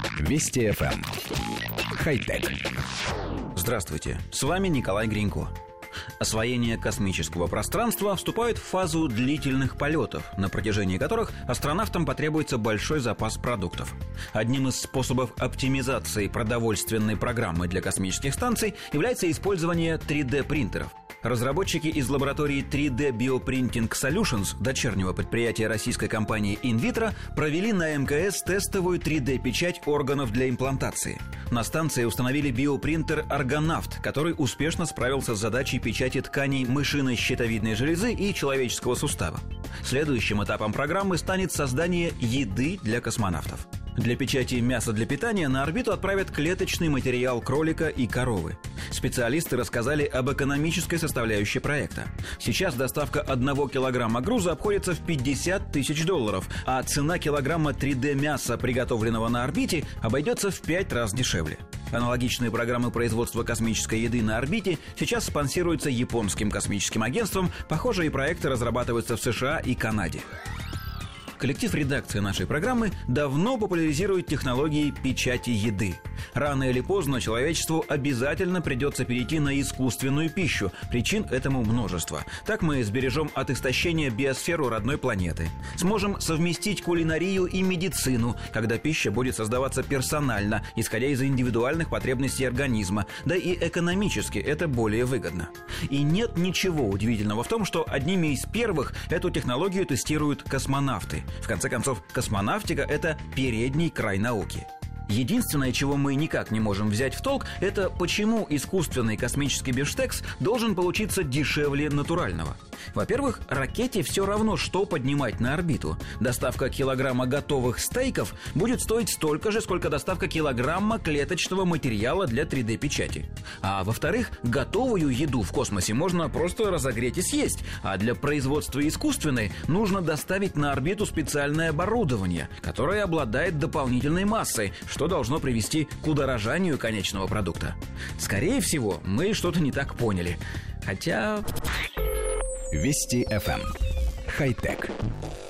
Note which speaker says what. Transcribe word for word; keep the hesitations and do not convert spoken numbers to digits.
Speaker 1: Вести эф эм. Хай-тек.
Speaker 2: Здравствуйте, с вами Николай Гринько. Освоение космического пространства вступает в фазу длительных полетов, на протяжении которых астронавтам потребуется большой запас продуктов. Одним из способов оптимизации продовольственной программы для космических станций является использование три дэ принтеров. Разработчики из лаборатории три дэ Bioprinting Solutions, дочернего предприятия российской компании Invitro, провели на эм ка эс тестовую три дэ-печать органов для имплантации. На станции установили биопринтер Argonaut, который успешно справился с задачей печати тканей мышиной щитовидной железы и человеческого сустава. Следующим этапом программы станет создание еды для космонавтов. Для печати мяса для питания на орбиту отправят клеточный материал кролика и коровы. Специалисты рассказали об экономической составляющей проекта. Сейчас доставка одного килограмма груза обходится в пятьдесят тысяч долларов, а цена килограмма три дэ-мяса, приготовленного на орбите, обойдется в пять раз дешевле. Аналогичные программы производства космической еды на орбите сейчас спонсируются японским космическим агентством, похожие проекты разрабатываются в США и Канаде. Коллектив редакции нашей программы давно популяризирует технологии печати еды. Рано или поздно человечеству обязательно придется перейти на искусственную пищу. Причин этому множество. Так мы сбережем от истощения биосферу родной планеты. Сможем совместить кулинарию и медицину, когда пища будет создаваться персонально, исходя из индивидуальных потребностей организма. Да и экономически это более выгодно. И нет ничего удивительного в том, что одними из первых эту технологию тестируют космонавты. В конце концов, космонавтика – это передний край науки. Единственное, чего мы никак не можем взять в толк, это почему искусственный космический бифштекс должен получиться дешевле натурального. Во-первых, ракете все равно, что поднимать на орбиту. Доставка килограмма готовых стейков будет стоить столько же, сколько доставка килограмма клеточного материала для три дэ-печати. А во-вторых, готовую еду в космосе можно просто разогреть и съесть, а для производства искусственной нужно доставить на орбиту специальное оборудование, которое обладает дополнительной массой, что должно привести к удорожанию конечного продукта. Скорее всего, мы что-то не так поняли. Хотя...
Speaker 1: Вести эф эм. Хай-тек.